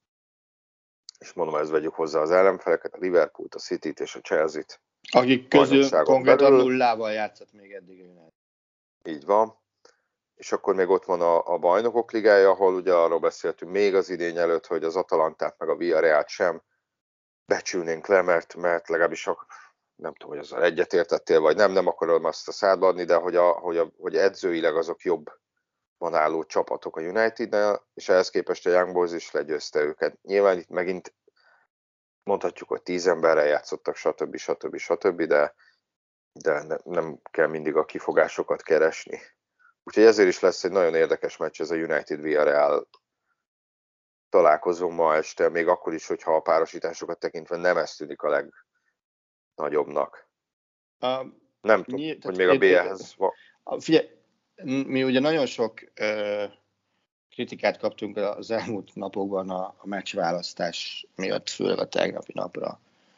És mondom, ezt vegyük hozzá az ellenfeleket, a Liverpoolt, a Cityt és a Chelsea-t. Akik közül konkrétan nullával játszott még eddig. Így van. És akkor még ott van a, a Bajnokok Ligája, ahol ugye arról beszéltünk még az idény előtt, hogy az Atalantát meg a Villarrealt sem becsülnénk le, mert, mert legalábbis a, nem tudom, hogy azzal egyetértettél, vagy nem, nem akarom azt a szádba adni, de hogy, a, hogy, a, hogy edzőileg azok jobb van álló csapatok a Unitednél, és ehhez képest a Young Boys is legyőzte őket. Nyilván itt megint mondhatjuk, hogy tíz emberrel játszottak, stb. stb. stb., de, de ne, nem kell mindig a kifogásokat keresni. Úgyhogy ezért is lesz egy nagyon érdekes meccs ez a United Villarreal találkozó ma este, még akkor is, hogyha a párosításokat tekintve nem ez tűnik a legnagyobbnak. Uh, nem tudom, nyilv, hogy még a bé el-hez van. Figyelj, mi ugye nagyon sok uh, kritikát kaptunk az elmúlt napokban a, a meccsválasztás miatt, főleg a tegnapi napra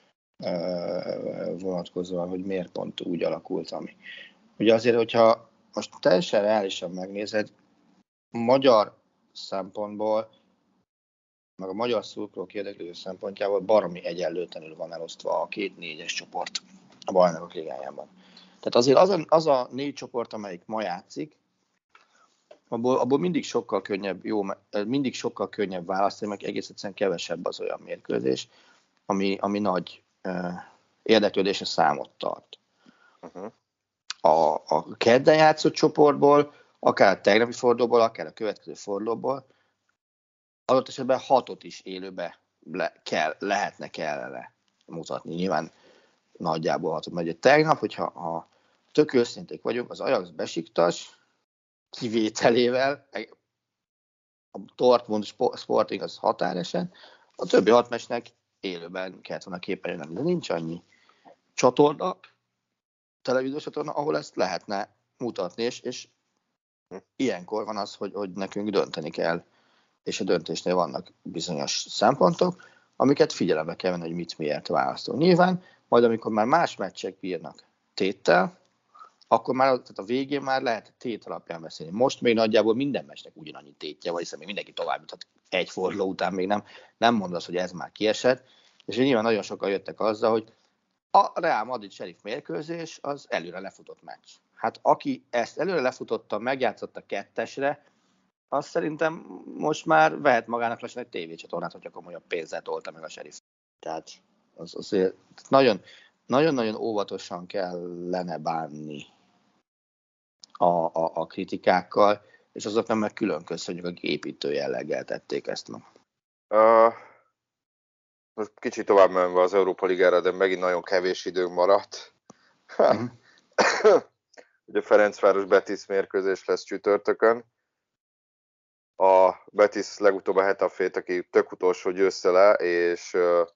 uh, vonatkozóan, hogy miért pont úgy alakult, ami. Ugye azért, hogyha most teljesen reálisan megnézed, magyar szempontból, meg a magyar szurkolók érdeklődő szempontjából baromi egyenlőtlenül van elosztva a két négyes csoport. a Bajnokok Ligájában. Tehát azért az a, az a négy csoport, amelyik ma játszik, abból, abból mindig sokkal könnyebb, jó, mindig sokkal könnyebb választani, meg egész egyszerűen kevesebb az olyan mérkőzés, ami, ami nagy uh, érdeklődésre számot tart. Uh-huh. A, a kedden játszott csoportból, akár a tegnapi fordulóból, akár a következő fordulóból, adott esetben hatot is élőbe le, kell, lehetne kellene mutatni. Nyilván nagyjából hatot megy. Tegnap, hogyha ha tök őszinték vagyunk, az Ajax Besiktas kivételével, a Dortmund Sporting az határeset, a többi hat meccsnek élőben kellett volna képernyőn, de nincs annyi csatorna, televíziós csatorna, ahol ezt lehetne mutatni, és, és ilyenkor van az, hogy, hogy nekünk dönteni kell, és a döntésnél vannak bizonyos szempontok, amiket figyelembe kell venni, hogy mit miért választunk. Nyilván, majd amikor már más meccsek bírnak téttel, akkor már tehát a végén már lehet tét alapján beszélni. Most még nagyjából minden meccsnek ugyanannyi tétje van, hiszen még mindenki tovább jutott egy forduló után, még nem, nem mondod azt, hogy ez már kiesett, és nyilván nagyon sokan jöttek azzal, hogy a Real Madrid Sheriff mérkőzés az előre lefutott meccs. Hát aki ezt előre lefutotta, megjátszotta kettesre, azt szerintem most már vehet magának lassan egy tévécsatornát, hogyha komolyabb pénzzel tolta meg a Sheriff. Tehát az, azért nagyon, nagyon-nagyon óvatosan kellene bánni a, a, a kritikákkal, és azoknak meg külön köszönjük, akik építő jelleggel tették ezt meg. Uh, most kicsit tovább menve az Európa Ligára, de megint nagyon kevés időnk maradt. Uh-huh. Ugye Ferencváros Betis mérkőzés lesz csütörtökön. A Betis legutóbb a Hetafét, aki tök utolsó győzte le, és uh,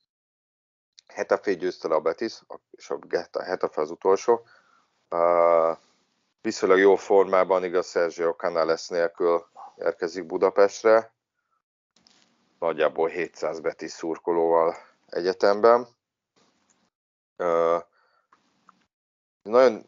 Hetafé győzte le a Betis, és a Hetafe az utolsó. Uh, viszonylag jó formában, igaz, Sergio Canales nélkül érkezik Budapestre. Nagyjából hétszáz Betis szurkolóval egyetemben. Uh, nagyon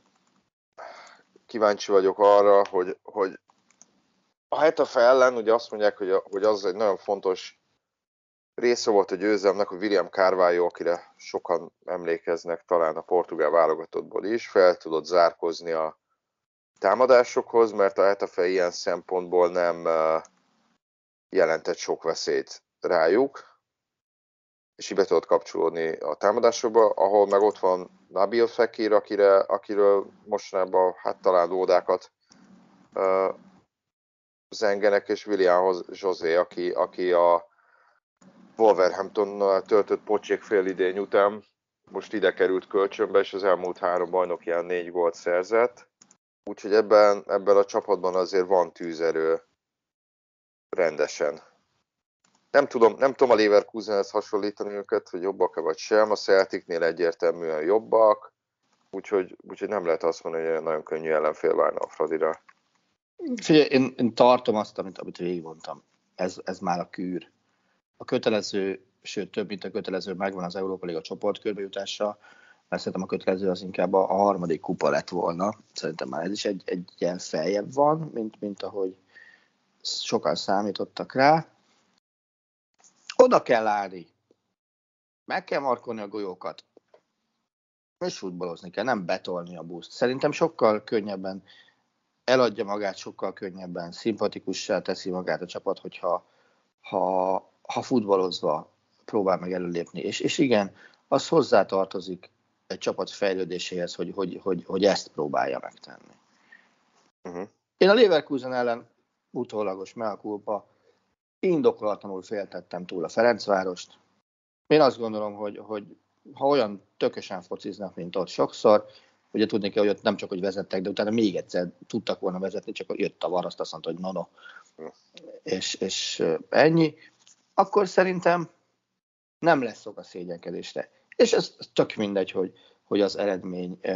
kíváncsi vagyok arra, hogy, hogy a Hetafe ellen ugye azt mondják, hogy, a, hogy az egy nagyon fontos része volt a győzelemnek, hogy William Carvalho, akire sokan emlékeznek talán a portugál válogatottból is, fel tudott zárkozni a támadásokhoz, mert a Hetafe ilyen szempontból nem uh, jelentett sok veszélyt rájuk, és így be tudott kapcsolódni a támadásokba, ahol meg ott van Nabil Fekir, akire, akiről mostanában hát talán ódákat uh, zengenek, és William José, aki, aki a Wolverhamptonnal töltött pocsék fél idény után most ide került kölcsönbe, és az elmúlt három bajnokján négy gólt szerzett. Úgyhogy ebben, ebben a csapatban azért van tűzerő rendesen. Nem tudom, nem tudom a Leverkusenhez hasonlítani őket, hogy jobbak-e vagy sem. A Celticnél egyértelműen jobbak, úgyhogy, úgyhogy nem lehet azt mondani, hogy nagyon könnyű ellenfél válna a Fradira. Figyelj, én, én tartom azt, amit, amit végigmondtam. Ez, ez már a kűr. A kötelező, sőt több, mint a kötelező megvan az Európa Liga csoportkörbe jutása, mert szerintem a kötelező az inkább a harmadik kupa lett volna. Szerintem már ez is egy, egy ilyen feljebb van, mint, mint ahogy sokan számítottak rá. Oda kell állni. Meg kell markolni a golyókat. És futballozni kell, nem betolni a buszt. Szerintem sokkal könnyebben eladja magát, sokkal könnyebben szimpatikussá teszi magát a csapat, hogyha ha, ha futballozva próbál meg előlépni. És, és igen, az hozzátartozik egy csapat fejlődéséhez, hogy, hogy, hogy, hogy ezt próbálja megtenni. Uh-huh. Én a Leverkusen ellen utólagos mea culpa indokolatlanul féltettem túl a Ferencvárost. Én azt gondolom, hogy, hogy ha olyan tökösen fociznak, mint ott sokszor, ugye tudni kell, hogy ott nem csak, hogy vezettek, de utána még egyszer tudtak volna vezetni, csak jött a varaszt, azt mondta, hogy no, no. Uh-huh. És, és ennyi. Akkor szerintem nem lesz ok a szégyenkedésre. És ez, ez tök mindegy, hogy, hogy az eredmény e,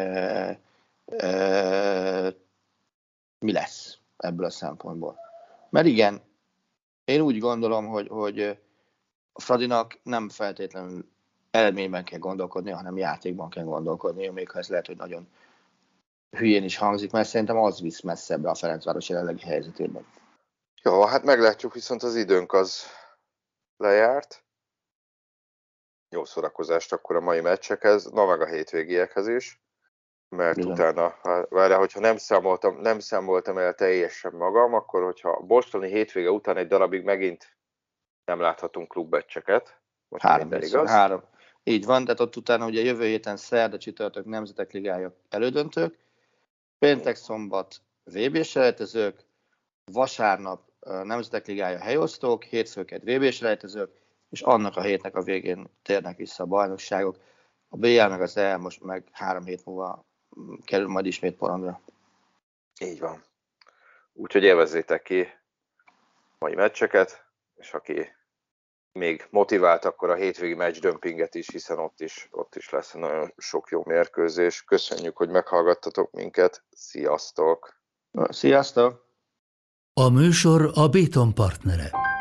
e, mi lesz ebből a szempontból. Mert igen, én úgy gondolom, hogy, hogy a Fradinak nem feltétlenül eredményben kell gondolkodni, hanem játékban kell gondolkodni, még ha ez lehet, hogy nagyon hülyén is hangzik, mert szerintem az visz messzebbre a Ferencváros jelenlegi helyzetében. Jó, hát meglátjuk, viszont az időnk az lejárt. jó szórakozást akkor a mai meccsekhez, na meg a hétvégiekhez is, mert Bizony. utána, várjál, hogyha nem számoltam, nem számoltam el teljesen magam, akkor hogyha a bostoni hétvége után egy darabig megint nem láthatunk klubmeccseket. Három, igaz? Három. Így van, tehát ott utána ugye jövő héten szerda, csütörtök Nemzetek Ligája elődöntők, péntek, szombat vé bé-selejtezők, vasárnap Nemzetek Ligája helyosztók, hétfőket vé bé-selejtezők, és annak a hétnek a végén térnek vissza a bajnokságok. A bé el meg az E most meg három hét múlva kerül majd ismét porondra. Így van. Úgyhogy élvezzétek ki mai meccseket, és aki még motivált, akkor a hétvégi meccsdömpinget is, hiszen ott is, ott is lesz nagyon sok jó mérkőzés. Köszönjük, hogy meghallgattatok minket. Sziasztok! Sziasztok! A műsor a Béton partnere.